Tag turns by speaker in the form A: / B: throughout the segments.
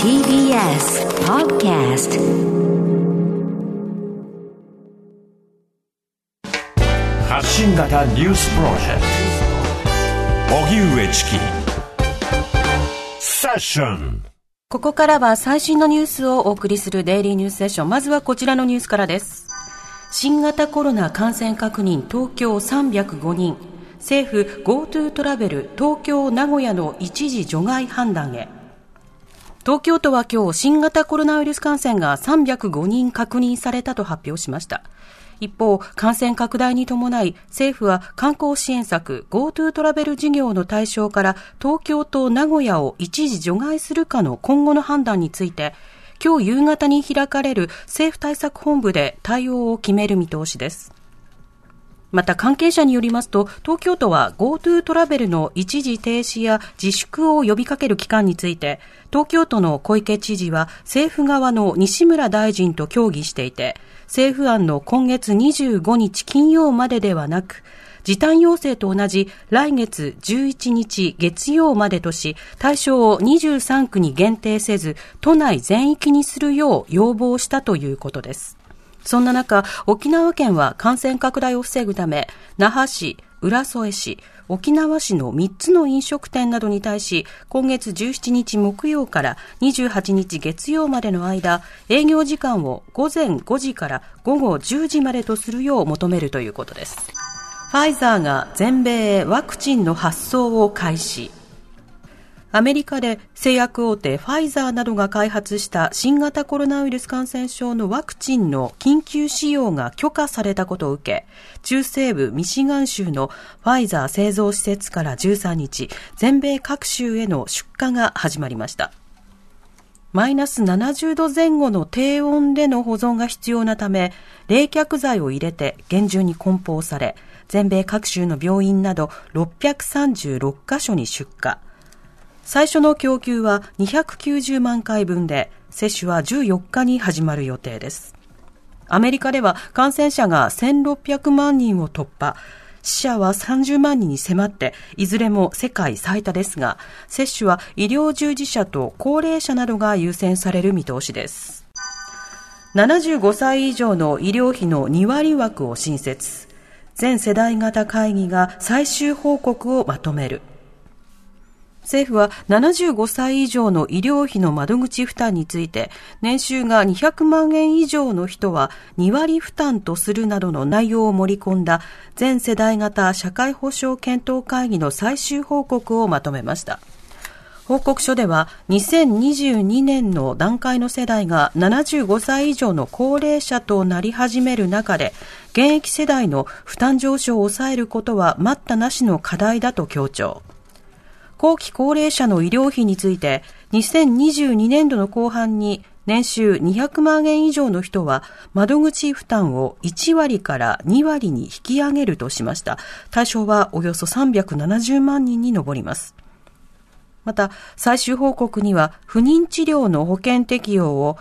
A: TBS Podcast
B: 発信型ニュースプロジェクト荻上チキセッション。
C: ここからは最新のニュースをお送りするデイリーニュースセッション。まずはこちらのニュースからです。新型コロナ感染確認東京305人、政府 GoTo トラベル東京名古屋の一時除外判断へ。東京都は今日新型コロナウイルス感染が305人確認されたと発表しました。一方、感染拡大に伴い政府は観光支援策 GoTo トラベル事業の対象から東京と名古屋を一時除外するかの今後の判断について、今日夕方に開かれる政府対策本部で対応を決める見通しです。また関係者によりますと、東京都は GoTo トラベルの一時停止や自粛を呼びかける期間について、東京都の小池知事は政府側の西村大臣と協議していて、政府案の今月25日金曜までではなく、時短要請と同じ来月11日月曜までとし、対象を23区に限定せず、都内全域にするよう要望したということです。そんな中、沖縄県は感染拡大を防ぐため、那覇市、浦添市、沖縄市の3つの飲食店などに対し、今月17日木曜から28日月曜までの間、営業時間を午前5時から午後10時までとするよう求めるということです。ファイザーが全米へワクチンの発送を開始。アメリカで製薬大手ファイザーなどが開発した新型コロナウイルス感染症のワクチンの緊急使用が許可されたことを受け、中西部ミシガン州のファイザー製造施設から13日、全米各州への出荷が始まりました。マイナス70度前後の低温での保存が必要なため、冷却剤を入れて厳重に梱包され、全米各州の病院など636カ所に出荷。最初の供給は290万回分で、接種は14日に始まる予定です。アメリカでは感染者が1600万人を突破、死者は30万人に迫って、いずれも世界最多ですが、接種は医療従事者と高齢者などが優先される見通しです。75歳以上の医療費の2割枠を新設。全世代型会議が最終報告をまとめる。政府は75歳以上の医療費の窓口負担について、年収が200万円以上の人は2割負担とするなどの内容を盛り込んだ全世代型社会保障検討会議の最終報告をまとめました。報告書では2022年の段階の世代が75歳以上の高齢者となり始める中で、現役世代の負担上昇を抑えることは待ったなしの課題だと強調。後期高齢者の医療費について、2022年度の後半に年収200万円以上の人は窓口負担を1割から2割に引き上げるとしました。対象はおよそ370万人に上ります。また、最終報告には不妊治療の保険適用を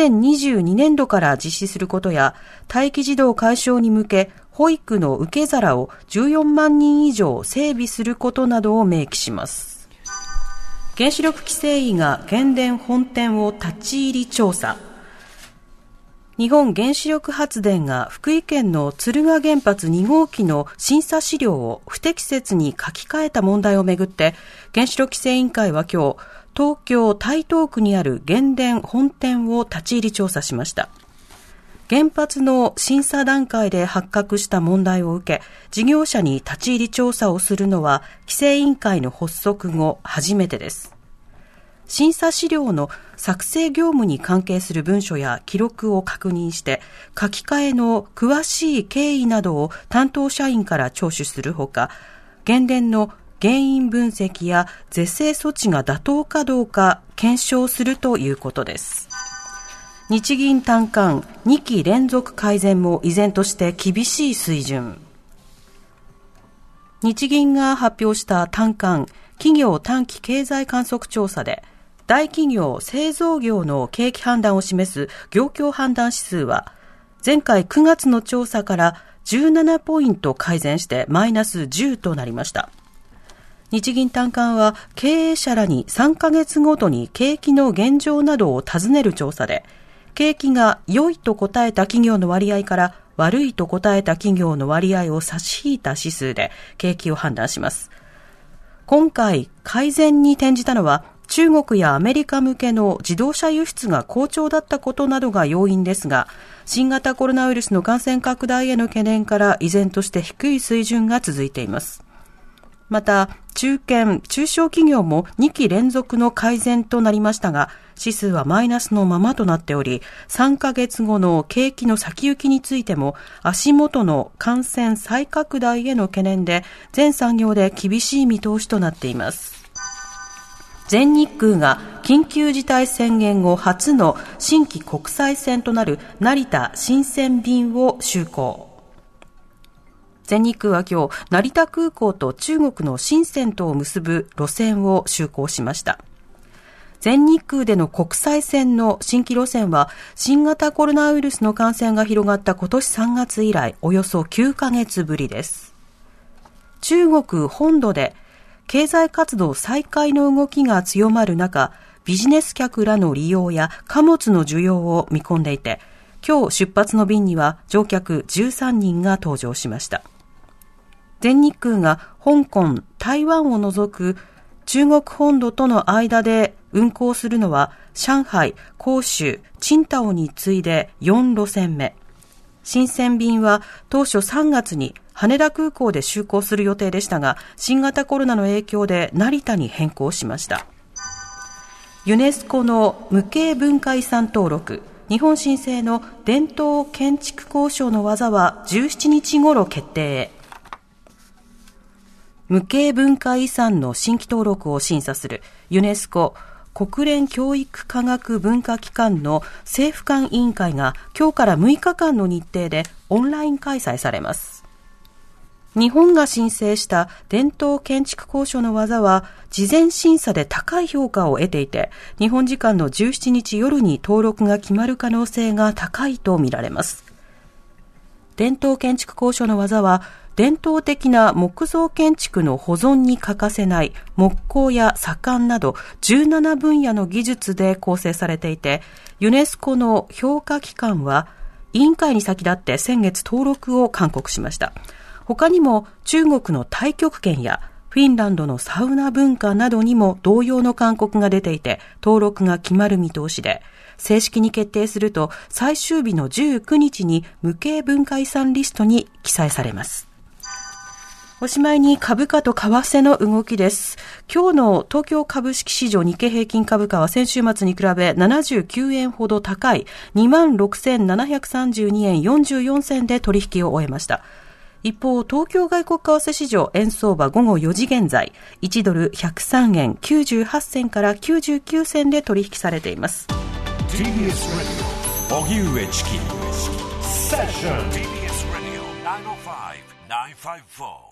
C: 2022年度から実施することや、待機児童解消に向け、保育の受け皿を14万人以上整備することなどを明記します。原子力規制委が原電本店を立ち入り調査。日本原子力発電が福井県の敦賀原発2号機の審査資料を不適切に書き換えた問題をめぐって、原子力規制委員会は今日、東京台東区にある原電本店を立ち入り調査しました。原発の審査段階で発覚した問題を受け、事業者に立ち入り調査をするのは規制委員会の発足後初めてです。審査資料の作成業務に関係する文書や記録を確認して、書き換えの詳しい経緯などを担当社員から聴取するほか、原電の原因分析や是正措置が妥当かどうか検証するということです。日銀短観2期連続改善も依然として厳しい水準。日銀が発表した短観企業短期経済観測調査で、大企業製造業の景気判断を示す業況判断指数は、前回9月の調査から17ポイント改善してマイナス10となりました。 日銀短観は経営者らに3ヶ月ごとに景気の現状などを尋ねる調査で、景気が良いと答えた企業の割合から悪いと答えた企業の割合を差し引いた指数で景気を判断します。今回改善に転じたのは中国やアメリカ向けの自動車輸出が好調だったことなどが要因ですが、新型コロナウイルスの感染拡大への懸念から依然として低い水準が続いています。また、中堅・中小企業も2期連続の改善となりましたが、指数はマイナスのままとなっており、3ヶ月後の景気の先行きについても、足元の感染再拡大への懸念で、全産業で厳しい見通しとなっています。全日空が緊急事態宣言後初の新規国際線となる成田新鮮便を就航。全日空は今日、成田空港と中国の深センとを結ぶ路線を就航しました。全日空での国際線の新規路線は、新型コロナウイルスの感染が広がった今年3月以来、およそ9ヶ月ぶりです。中国本土で、経済活動再開の動きが強まる中、ビジネス客らの利用や貨物の需要を見込んでいて、今日出発の便には乗客13人が搭乗しました。全日空が香港、台湾を除く中国本土との間で運航するのは上海、広州、青島に次いで4路線目。新鮮便は当初3月に羽田空港で就航する予定でしたが、新型コロナの影響で成田に変更しました。ユネスコの無形文化遺産登録、日本神聖の伝統建築工匠の技は17日頃決定へ。無形文化遺産の新規登録を審査するユネスコ国連教育科学文化機関の政府間委員会が今日から6日間の日程でオンライン開催されます。日本が申請した伝統建築工匠の技は事前審査で高い評価を得ていて、日本時間の17日夜に登録が決まる可能性が高いとみられます。伝統建築工匠の技は伝統的な木造建築の保存に欠かせない木工や左官など17分野の技術で構成されていて、ユネスコの評価機関は委員会に先立って先月登録を勧告しました。他にも中国の太極拳やフィンランドのサウナ文化などにも同様の勧告が出ていて、登録が決まる見通しで、正式に決定すると最終日の19日に無形文化遺産リストに記載されます。おしまいに株価と為替の動きです。今日の東京株式市場日経平均株価は先週末に比べ79円ほど高い 26,732 円44銭で取引を終えました。一方、東京外国為替市場円相場午後4時現在、1ドル103円98銭から99銭で取引されています。
B: TBS Radio 荻上チキセッション TBS Radio 905-954